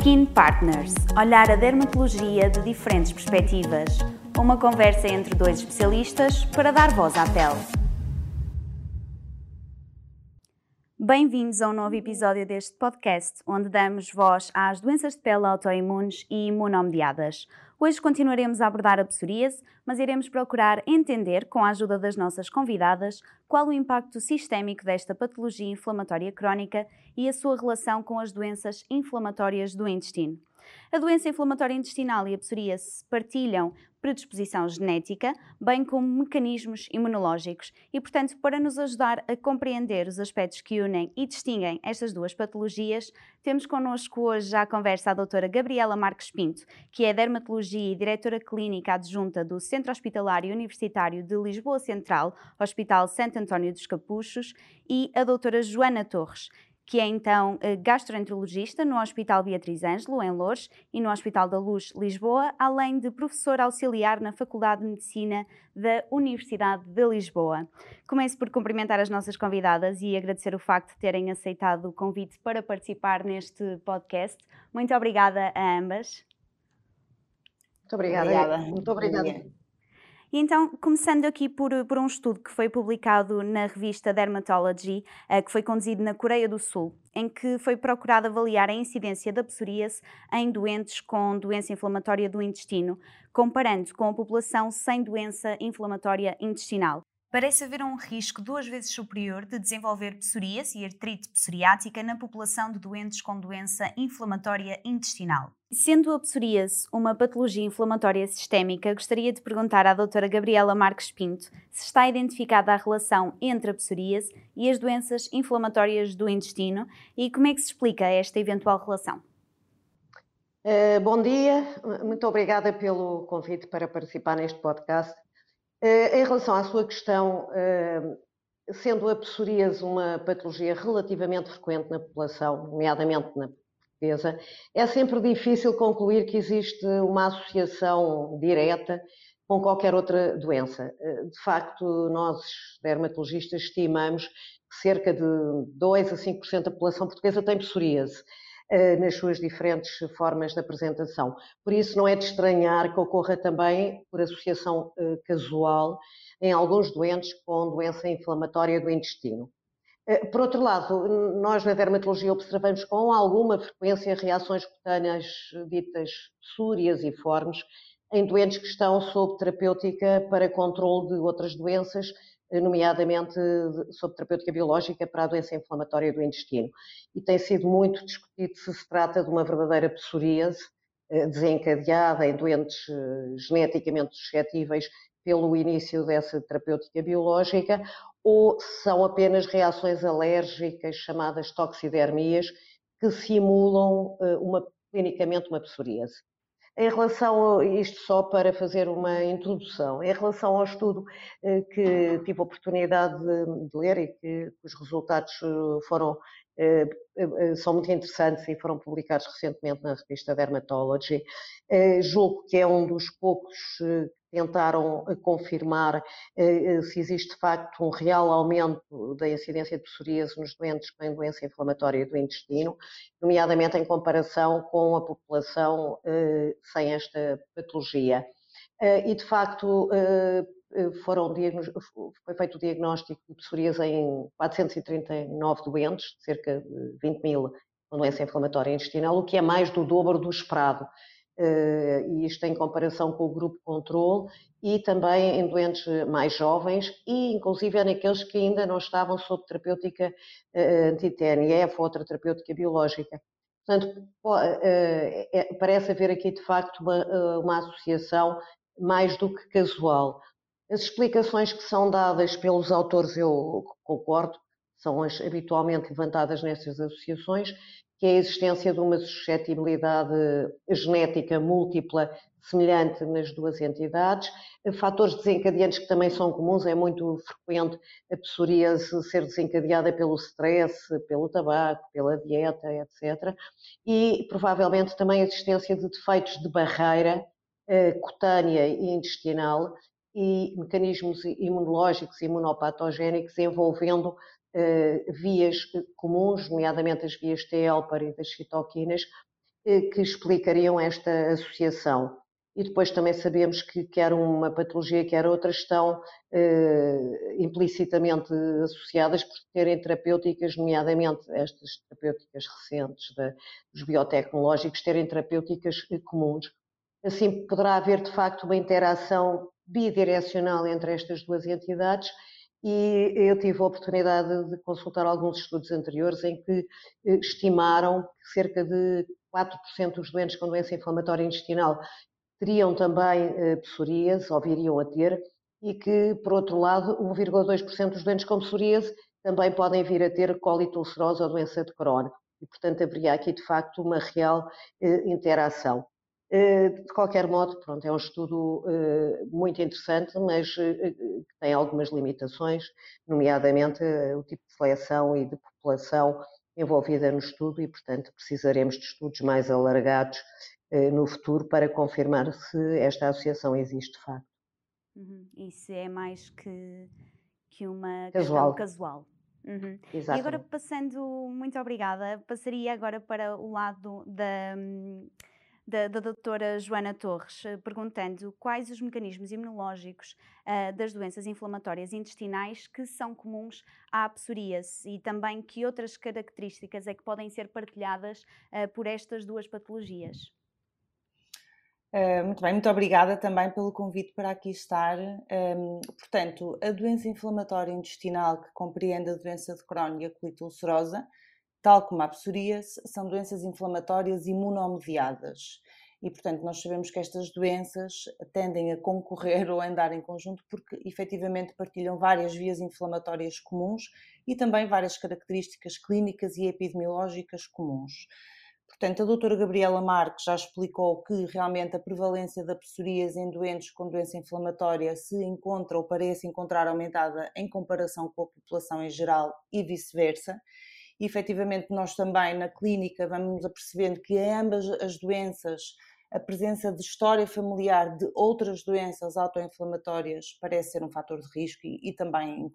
Skin Partners – olhar a dermatologia de diferentes perspectivas. Uma conversa entre dois especialistas para dar voz à pele. Bem-vindos a um novo episódio deste podcast, onde damos voz às doenças de pele autoimunes e imunomediadas. Hoje continuaremos a abordar a psoríase, mas iremos procurar entender, com a ajuda das nossas convidadas, qual o impacto sistémico desta patologia inflamatória crónica e a sua relação com as doenças inflamatórias do intestino. A doença inflamatória intestinal e a psoríase partilham predisposição genética, bem como mecanismos imunológicos e, portanto, para nos ajudar a compreender os aspectos que unem e distinguem estas duas patologias, temos connosco hoje à conversa a doutora Gabriela Marques Pinto, que é dermatologia e diretora clínica adjunta do Centro Hospitalar e Universitário de Lisboa Central, Hospital Santo António dos Capuchos, e a doutora Joana Torres, que é então gastroenterologista no Hospital Beatriz Ângelo, em Loures, e no Hospital da Luz, Lisboa, além de professora auxiliar na Faculdade de Medicina da Universidade de Lisboa. Começo por cumprimentar as nossas convidadas e agradecer o facto de terem aceitado o convite para participar neste podcast. Muito obrigada a ambas. Muito obrigada. Muito obrigada. E então, começando aqui por um estudo que foi publicado na revista Dermatology, que foi conduzido na Coreia do Sul, em que foi procurado avaliar a incidência da psoríase em doentes com doença inflamatória do intestino, comparando com a população sem doença inflamatória intestinal. Parece haver um risco 2 vezes superior de desenvolver psoríase e artrite psoriática na população de doentes com doença inflamatória intestinal. Sendo a psoríase uma patologia inflamatória sistémica, gostaria de perguntar à doutora Gabriela Marques Pinto se está identificada a relação entre a psoríase e as doenças inflamatórias do intestino e como é que se explica esta eventual relação. Bom dia, muito obrigada pelo convite para participar neste podcast. Em relação à sua questão, sendo a psoríase uma patologia relativamente frequente na população, nomeadamente na portuguesa, é sempre difícil concluir que existe uma associação direta com qualquer outra doença. De facto, nós, dermatologistas, estimamos que cerca de 2 a 5% da população portuguesa tem psoríase nas suas diferentes formas de apresentação. Por isso não é de estranhar que ocorra também por associação casual em alguns doentes com doença inflamatória do intestino. Por outro lado, nós na dermatologia observamos com alguma frequência reações cutâneas ditas psoriasiformes em doentes que estão sob terapêutica para controle de outras doenças, nomeadamente sob terapêutica biológica para a doença inflamatória do intestino. E tem sido muito discutido se se trata de uma verdadeira psoríase desencadeada em doentes geneticamente suscetíveis pelo início dessa terapêutica biológica ou são apenas reações alérgicas chamadas toxidermias que simulam clinicamente uma psoríase. Em relação a isto, só para fazer uma introdução, em relação ao estudo que tive a oportunidade de ler e que os resultados são muito interessantes e foram publicados recentemente na revista Dermatology, julgo que é um dos poucos que tentaram confirmar se existe de facto um real aumento da incidência de psoríase nos doentes que têm doença inflamatória do intestino, nomeadamente em comparação com a população sem esta patologia. E de facto foi feito o diagnóstico de psoríase em 439 doentes, cerca de 20 mil com doença inflamatória intestinal, o que é mais do dobro do esperado. E isto em comparação com o grupo controle e também em doentes mais jovens e inclusive naqueles que ainda não estavam sob terapêutica anti-TNF ou outra terapêutica biológica. Portanto, parece haver aqui de facto uma associação mais do que casual. As explicações que são dadas pelos autores, eu concordo, são as habitualmente levantadas nestas associações, que é a existência de uma suscetibilidade genética múltipla semelhante nas duas entidades, fatores desencadeantes que também são comuns, é muito frequente a psoríase ser desencadeada pelo stress, pelo tabaco, pela dieta, etc. E provavelmente também a existência de defeitos de barreira cutânea e intestinal e mecanismos imunológicos e imunopatogénicos envolvendo vias comuns, nomeadamente as vias T-helper e das citoquinas, que explicariam esta associação. E depois também sabemos que quer uma patologia, quer outra, estão implicitamente associadas por terem terapêuticas, nomeadamente estas terapêuticas recentes dos biotecnológicos, terem terapêuticas comuns. Assim, poderá haver de facto uma interação bidirecional entre estas duas entidades e eu tive a oportunidade de consultar alguns estudos anteriores em que estimaram que cerca de 4% dos doentes com doença inflamatória intestinal teriam também psoríase, ou viriam a ter, e que, por outro lado, 1,2% dos doentes com psoríase também podem vir a ter cólite ulcerosa ou doença de Crohn. E, portanto, haveria aqui, de facto, uma real interação. De qualquer modo, pronto, é um estudo muito interessante, mas que tem algumas limitações, nomeadamente o tipo de seleção e de população envolvida no estudo e, portanto, precisaremos de estudos mais alargados no futuro para confirmar se esta associação existe de facto. Isso é mais que uma Casual. questão casual. E agora Exatamente. muito obrigada, passaria agora para o lado da doutora Joana Torres, perguntando quais os mecanismos imunológicos das doenças inflamatórias intestinais que são comuns à psoríase e também que outras características é que podem ser partilhadas por estas duas patologias. Muito bem, muito obrigada também pelo convite para aqui estar. Portanto, a doença inflamatória intestinal que compreende a doença de Crohn e a colite ulcerosa, tal como a psoríase, são doenças inflamatórias imunomediadas. E, portanto, nós sabemos que estas doenças tendem a concorrer ou a andar em conjunto porque, efetivamente, partilham várias vias inflamatórias comuns e também várias características clínicas e epidemiológicas comuns. Portanto, a doutora Gabriela Marques já explicou que realmente a prevalência da psoríase em doentes com doença inflamatória se encontra ou parece encontrar aumentada em comparação com a população em geral e vice-versa. E, efetivamente, nós também na clínica vamos apercebendo que em ambas as doenças a presença de história familiar de outras doenças autoinflamatórias parece ser um fator de risco e também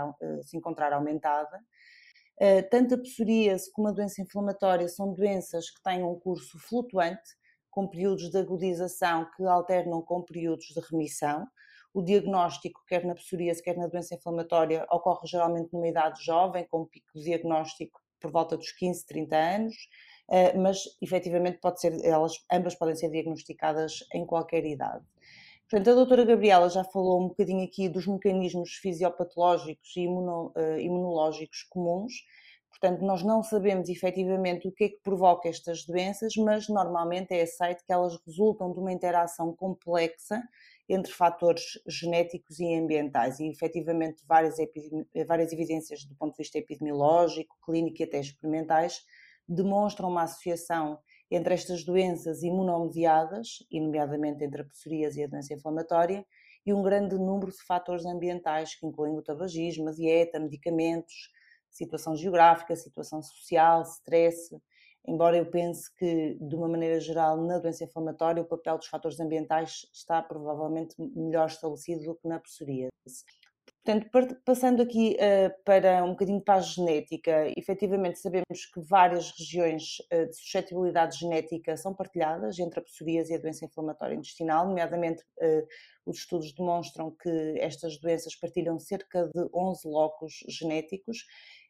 se encontrar aumentada. Tanto a psoríase como a doença inflamatória são doenças que têm um curso flutuante, com períodos de agudização que alternam com períodos de remissão. O diagnóstico, quer na psoríase, quer na doença inflamatória, ocorre geralmente numa idade jovem, com um pico diagnóstico por volta dos 15, 30 anos, mas efetivamente ambas podem ser diagnosticadas em qualquer idade. Portanto, a doutora Gabriela já falou um bocadinho aqui dos mecanismos fisiopatológicos e imunológicos comuns. Portanto, nós não sabemos efetivamente o que é que provoca estas doenças, mas normalmente é aceito que elas resultam de uma interação complexa entre fatores genéticos e ambientais e efetivamente várias evidências do ponto de vista epidemiológico, clínico e até experimentais demonstram uma associação entre estas doenças imunomediadas, e nomeadamente entre a psoríase e a doença inflamatória, e um grande número de fatores ambientais, que incluem o tabagismo, a dieta, medicamentos, situação geográfica, situação social, stress, embora eu pense que, de uma maneira geral, na doença inflamatória, o papel dos fatores ambientais está provavelmente melhor estabelecido do que na psoríase. Portanto, passando aqui para um bocadinho para a genética, efetivamente sabemos que várias regiões de suscetibilidade genética são partilhadas entre a psoríase e a doença inflamatória intestinal, nomeadamente os estudos demonstram que estas doenças partilham cerca de 11 locos genéticos.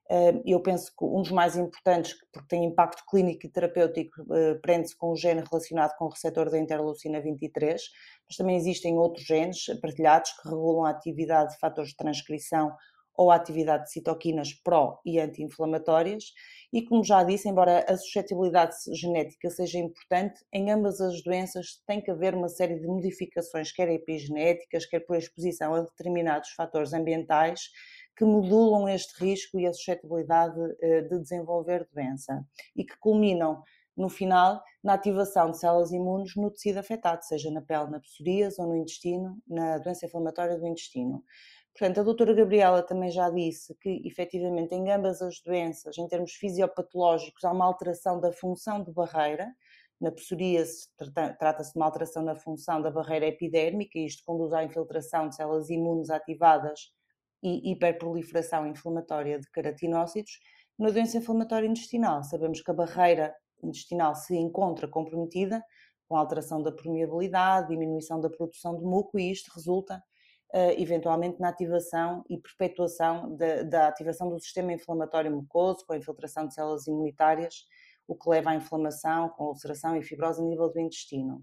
Eu penso que um dos mais importantes, porque tem impacto clínico e terapêutico, prende-se com o gene relacionado com o receptor da interleucina 23, mas também existem outros genes partilhados que regulam a atividade de fatores de transcrição ou a atividade de citoquinas pró- e anti-inflamatórias e, como já disse, embora a suscetibilidade genética seja importante, em ambas as doenças tem que haver uma série de modificações, quer epigenéticas, quer por exposição a determinados fatores ambientais, que modulam este risco e a suscetibilidade de desenvolver doença e que culminam, no final, na ativação de células imunes no tecido afetado, seja na pele, na psoríase ou no intestino, na doença inflamatória do intestino. Portanto, a doutora Gabriela também já disse que, efetivamente, em ambas as doenças, em termos fisiopatológicos, há uma alteração da função de barreira. Na psoríase, trata-se de uma alteração na função da barreira epidérmica e isto conduz à infiltração de células imunes ativadas e hiperproliferação inflamatória de queratinócitos. Na doença inflamatória intestinal, sabemos que a barreira intestinal se encontra comprometida, com alteração da permeabilidade, diminuição da produção de muco, e isto resulta eventualmente na ativação e perpetuação da ativação do sistema inflamatório mucoso, com a infiltração de células imunitárias, o que leva à inflamação, com ulceração e fibrose a nível do intestino.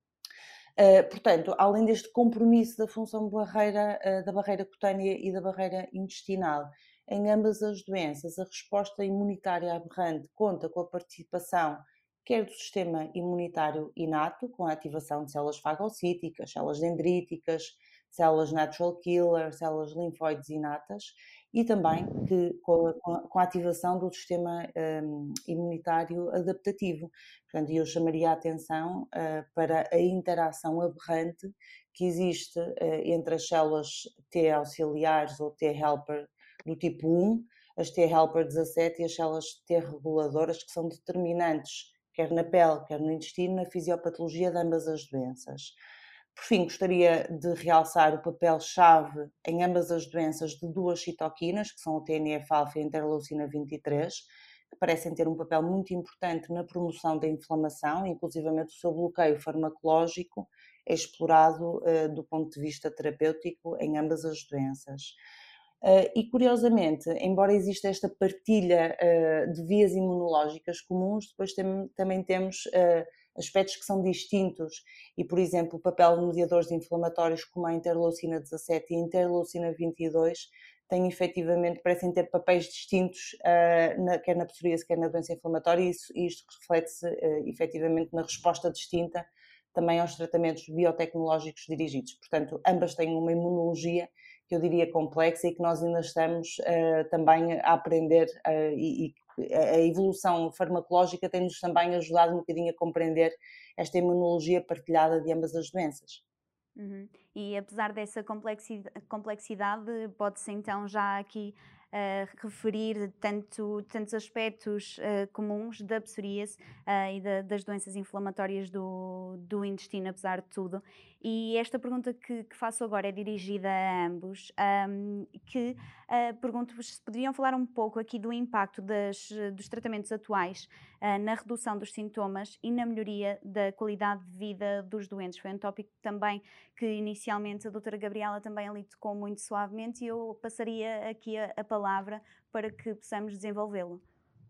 Portanto, além deste compromisso da função da barreira cutânea e da barreira intestinal, em ambas as doenças, a resposta imunitária aberrante conta com a participação quer do sistema imunitário inato, com a ativação de células fagocíticas, células dendríticas, células natural killer, células linfóides inatas, e também com a ativação do sistema imunitário adaptativo. Portanto, eu chamaria a atenção para a interação aberrante que existe entre as células T auxiliares ou T helper do tipo 1, as T helper 17 e as células T reguladoras, que são determinantes, quer na pele, quer no intestino, na fisiopatologia de ambas as doenças. Por fim, gostaria de realçar o papel-chave em ambas as doenças de duas citoquinas, que são o TNF-alfa e a interleucina 23, que parecem ter um papel muito importante na promoção da inflamação, inclusivamente o seu bloqueio farmacológico é explorado do ponto de vista terapêutico em ambas as doenças. E curiosamente, embora exista esta partilha de vias imunológicas comuns, depois também temos aspectos que são distintos e, por exemplo, o papel de mediadores inflamatórios como a interleucina 17 e a interleucina 22 têm efetivamente, parecem ter papéis distintos, quer na psoríase, quer na doença inflamatória, e isto reflete-se efetivamente na resposta distinta também aos tratamentos biotecnológicos dirigidos. Portanto, ambas têm uma imunologia que eu diria complexa e que nós ainda estamos também a aprender, e a evolução farmacológica tem-nos também ajudado um bocadinho a compreender esta imunologia partilhada de ambas as doenças. Uhum. E apesar dessa complexidade, pode-se então já aqui referir tantos aspectos comuns da psoríase e das doenças inflamatórias do intestino, apesar de tudo. E esta pergunta que faço agora é dirigida a ambos, pergunto-vos se poderiam falar um pouco aqui do impacto dos tratamentos atuais na redução dos sintomas e na melhoria da qualidade de vida dos doentes. Foi um tópico também que inicialmente a doutora Gabriela também ali tocou muito suavemente, e eu passaria aqui a palavra para que possamos desenvolvê-lo.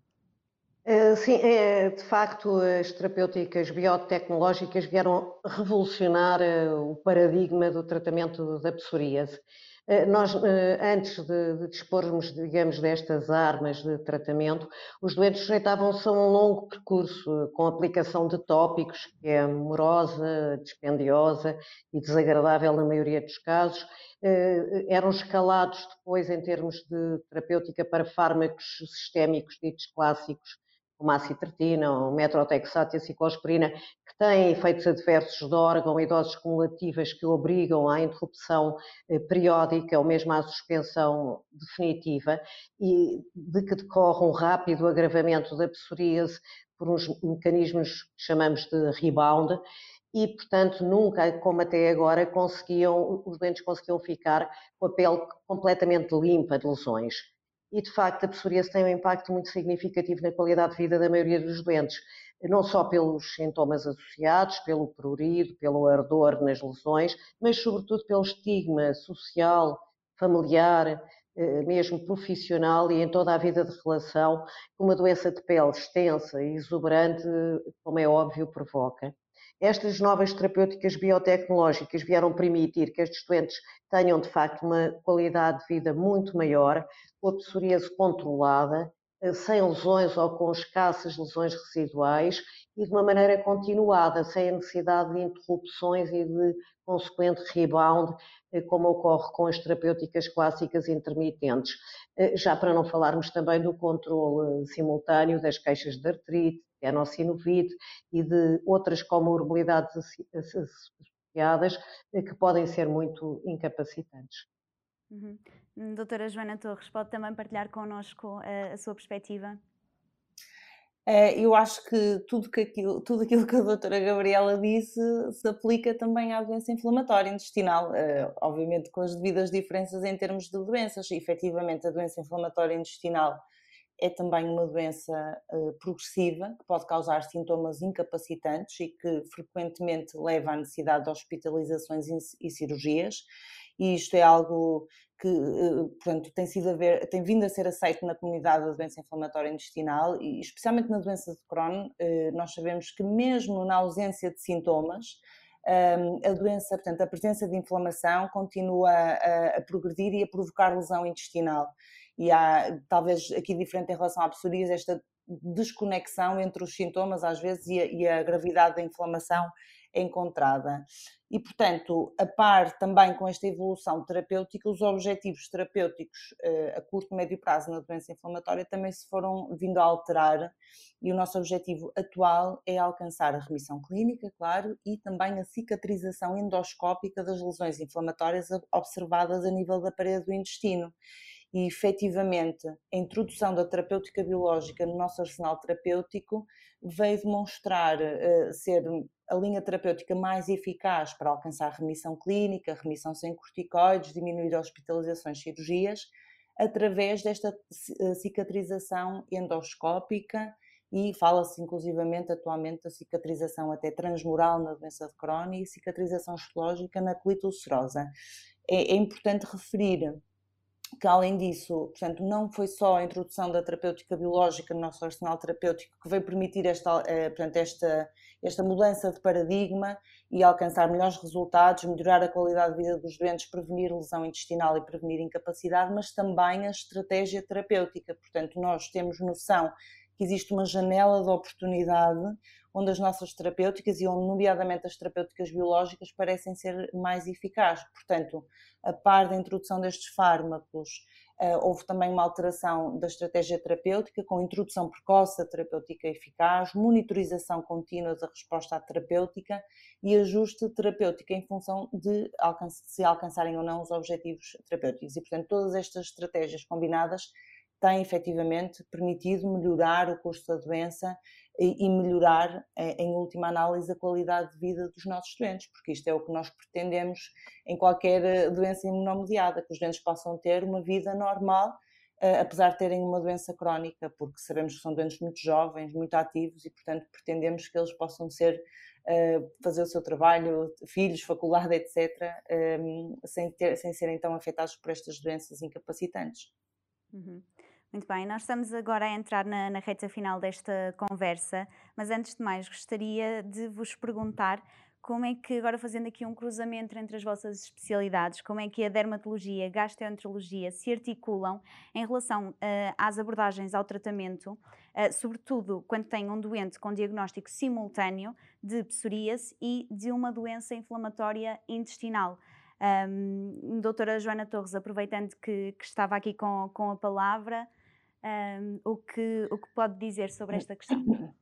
Sim, de facto, as terapêuticas biotecnológicas vieram revolucionar o paradigma do tratamento da psoríase. Nós, antes de dispormos, digamos, destas armas de tratamento, os doentes sujeitavam-se a um longo percurso com aplicação de tópicos, que é morosa, dispendiosa e desagradável na maioria dos casos. Eram escalados depois em termos de terapêutica para fármacos sistémicos ditos clássicos, como a acitracina, o metrotexato e a ciclosporina, que têm efeitos adversos de órgão e doses cumulativas que obrigam à interrupção periódica ou mesmo à suspensão definitiva, e de que decorre um rápido agravamento da psoríase por uns mecanismos que chamamos de rebound, e, portanto, nunca, como até agora, os doentes conseguiam ficar com a pele completamente limpa de lesões. E, de facto, a psoríase tem um impacto muito significativo na qualidade de vida da maioria dos doentes, não só pelos sintomas associados, pelo prurido, pelo ardor nas lesões, mas sobretudo pelo estigma social, familiar, mesmo profissional e em toda a vida de relação que uma doença de pele extensa e exuberante, como é óbvio, provoca. Estas novas terapêuticas biotecnológicas vieram permitir que estes doentes tenham, de facto, uma qualidade de vida muito maior, com a psoríase controlada, sem lesões ou com escassas lesões residuais e de uma maneira continuada, sem a necessidade de interrupções e de consequente rebound, como ocorre com as terapêuticas clássicas intermitentes. Já para não falarmos também do controle simultâneo das queixas de artrite, tenossinovite e de outras comorbilidades associadas que podem ser muito incapacitantes. Uhum. Doutora Joana Torres, pode também partilhar connosco a sua perspectiva? Eu acho que tudo aquilo que a doutora Gabriela disse se aplica também à doença inflamatória intestinal, obviamente com as devidas diferenças em termos de doenças. E, efetivamente, a doença inflamatória intestinal é também uma doença progressiva, que pode causar sintomas incapacitantes e que frequentemente leva à necessidade de hospitalizações e cirurgias, e isto é algo que, portanto, tem vindo a ser aceito na comunidade da doença inflamatória intestinal e especialmente na doença de Crohn. Nós sabemos que mesmo na ausência de sintomas, a doença, portanto, a presença de inflamação continua a progredir e a provocar lesão intestinal. E há, talvez aqui diferente em relação à psoríase, esta desconexão entre os sintomas às vezes e a gravidade da inflamação é encontrada. E, portanto, a par também com esta evolução terapêutica, os objetivos terapêuticos a curto e médio prazo na doença inflamatória também se foram vindo a alterar, e o nosso objetivo atual é alcançar a remissão clínica, claro, e também a cicatrização endoscópica das lesões inflamatórias observadas a nível da parede do intestino. E, efetivamente, a introdução da terapêutica biológica no nosso arsenal terapêutico veio demonstrar ser a linha terapêutica mais eficaz para alcançar remissão clínica, remissão sem corticoides, diminuir hospitalizações, cirurgias, através desta cicatrização endoscópica, e fala-se inclusivamente atualmente da cicatrização até transmural na doença de Crohn e cicatrização histológica na colite ulcerosa. É importante referir que, além disso, portanto, não foi só a introdução da terapêutica biológica no nosso arsenal terapêutico que veio permitir esta mudança de paradigma e alcançar melhores resultados, melhorar a qualidade de vida dos doentes, prevenir lesão intestinal e prevenir incapacidade, mas também a estratégia terapêutica. Portanto, nós temos noção que existe uma janela de oportunidade onde as nossas terapêuticas, e onde nomeadamente as terapêuticas biológicas, parecem ser mais eficazes. Portanto, a par da introdução destes fármacos, houve também uma alteração da estratégia terapêutica, com introdução precoce da terapêutica eficaz, monitorização contínua da resposta à terapêutica e ajuste terapêutico em função de se alcançarem ou não os objetivos terapêuticos. E, portanto, todas estas estratégias combinadas têm efetivamente permitido melhorar o curso da doença e melhorar, em última análise, a qualidade de vida dos nossos doentes, porque isto é o que nós pretendemos em qualquer doença imunomediada, que os doentes possam ter uma vida normal, apesar de terem uma doença crónica, porque sabemos que são doentes muito jovens, muito ativos, e, portanto, pretendemos que eles possam fazer o seu trabalho, filhos, faculdade, etc., sem serem tão afetados por estas doenças incapacitantes. Uhum. Muito bem, nós estamos agora a entrar na reta final desta conversa, mas antes de mais gostaria de vos perguntar como é que, agora fazendo aqui um cruzamento entre as vossas especialidades, como é que a dermatologia e a gastroenterologia se articulam em relação às abordagens ao tratamento, sobretudo quando tem um doente com diagnóstico simultâneo de psoríase e de uma doença inflamatória intestinal. Doutora Joana Torres, aproveitando que estava aqui com a palavra, o que pode dizer sobre esta questão?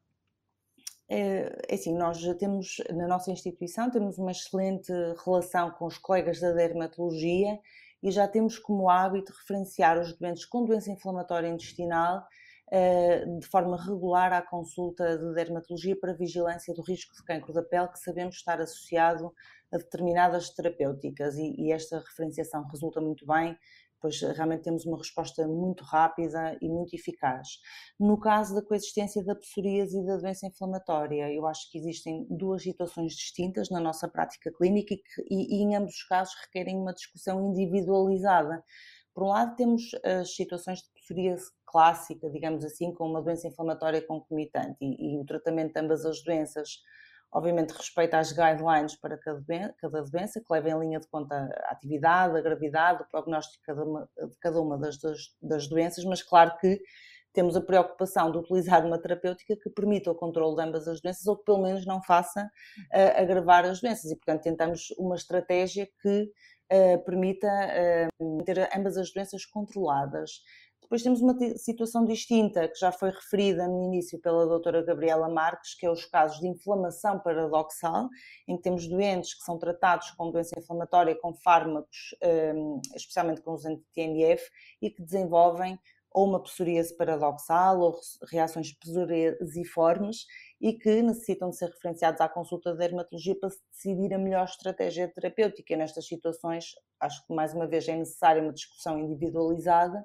É assim, nós temos, na nossa instituição, temos uma excelente relação com os colegas da dermatologia e já temos como hábito referenciar os doentes com doença inflamatória intestinal de forma regular à consulta de dermatologia para vigilância do risco de cancro da pele, que sabemos estar associado a determinadas terapêuticas, e esta referenciação resulta muito bem, pois realmente temos uma resposta muito rápida e muito eficaz. No caso da coexistência da psoríase e da doença inflamatória, eu acho que existem duas situações distintas na nossa prática clínica e em ambos os casos requerem uma discussão individualizada. Por um lado, temos as situações de psoríase clássica, digamos assim, com uma doença inflamatória concomitante, e o tratamento de ambas as doenças, obviamente, respeita às guidelines para cada doença, que leva em linha de conta a atividade, a gravidade, o prognóstico de cada uma das doenças, mas claro que temos a preocupação de utilizar uma terapêutica que permita o controle de ambas as doenças, ou que pelo menos não faça agravar as doenças, e portanto tentamos uma estratégia que permita ter ambas as doenças controladas. Depois temos uma situação distinta, que já foi referida no início pela doutora Gabriela Marques, que é os casos de inflamação paradoxal, em que temos doentes que são tratados com doença inflamatória com fármacos, especialmente com os anti-TNF, e que desenvolvem ou uma psoríase paradoxal ou reações psoriasiformes, e que necessitam de ser referenciados à consulta de dermatologia para se decidir a melhor estratégia terapêutica. E nestas situações, acho que mais uma vez é necessária uma discussão individualizada,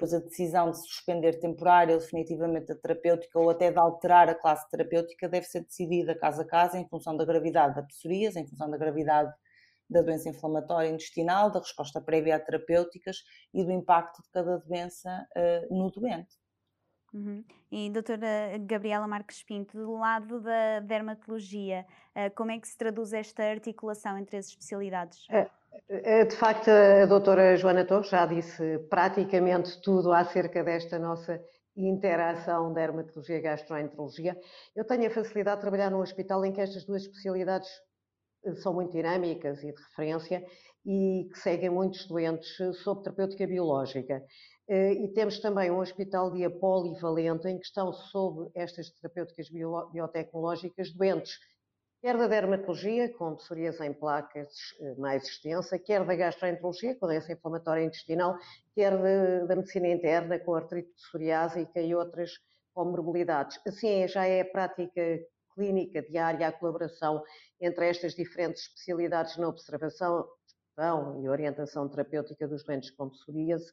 depois a decisão de suspender temporária ou definitivamente a terapêutica ou até de alterar a classe terapêutica deve ser decidida caso a caso em função da gravidade da psoríase, em função da gravidade da doença inflamatória intestinal, da resposta prévia a terapêuticas e do impacto de cada doença no doente. Uhum. E doutora Gabriela Marques Pinto, do lado da dermatologia, como é que se traduz esta articulação entre as especialidades? De facto, a doutora Joana Torres já disse praticamente tudo acerca desta nossa interação dermatologia e gastroenterologia. Eu tenho a facilidade de trabalhar num hospital em que estas duas especialidades são muito dinâmicas e de referência e que seguem muitos doentes sob terapêutica biológica. E temos também um hospital dia polivalente em que estão sob estas terapêuticas biotecnológicas doentes, quer da dermatologia, com psoríase em placas mais extensa, quer da gastroenterologia, com doença inflamatória intestinal, quer da medicina interna, com artrite psoriásica e outras comorbilidades. Assim, já é a prática clínica diária, a colaboração entre estas diferentes especialidades na observação e orientação terapêutica dos doentes com psoríase,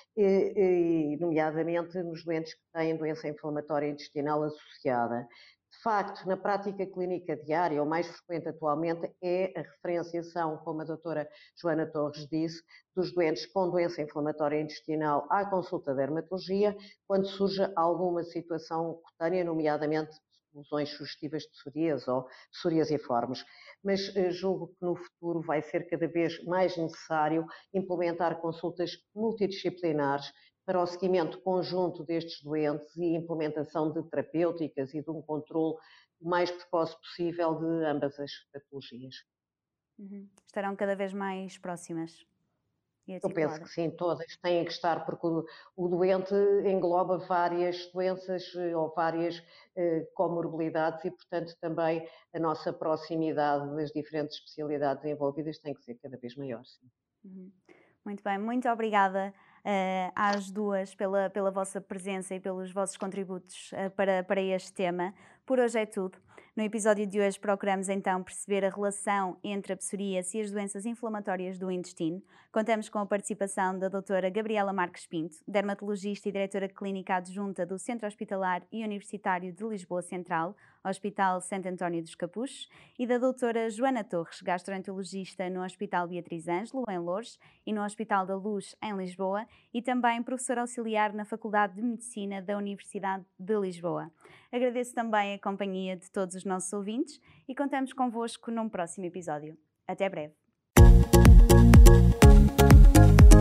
nomeadamente nos doentes que têm doença inflamatória intestinal associada. De facto, na prática clínica diária, o mais frequente atualmente é a referenciação, como a doutora Joana Torres disse, dos doentes com doença inflamatória intestinal à consulta de dermatologia, quando surge alguma situação cutânea, nomeadamente lesões sugestivas de psoríase ou psoriasiformes. Mas julgo que no futuro vai ser cada vez mais necessário implementar consultas multidisciplinares para o seguimento conjunto destes doentes e implementação de terapêuticas e de um controle o mais precoce possível de ambas as patologias. Estarão cada vez mais próximas. Eu penso que sim, todas têm que estar, porque o doente engloba várias doenças ou várias comorbilidades e, portanto, também a nossa proximidade das diferentes especialidades envolvidas tem que ser cada vez maior. Sim. Muito bem, muito obrigada às duas pela vossa presença e pelos vossos contributos para este tema. Por hoje é tudo. No episódio de hoje procuramos então perceber a relação entre a psoríase e as doenças inflamatórias do intestino. Contamos com a participação da doutora Gabriela Marques Pinto, dermatologista e diretora clínica adjunta do Centro Hospitalar e Universitário de Lisboa Central, Hospital Santo António dos Capuchos, e da doutora Joana Torres, gastroenterologista no Hospital Beatriz Ângelo, em Loures, e no Hospital da Luz, em Lisboa, e também professora auxiliar na Faculdade de Medicina da Universidade de Lisboa. Agradeço também a companhia de todos os nossos ouvintes e contamos convosco num próximo episódio. Até breve!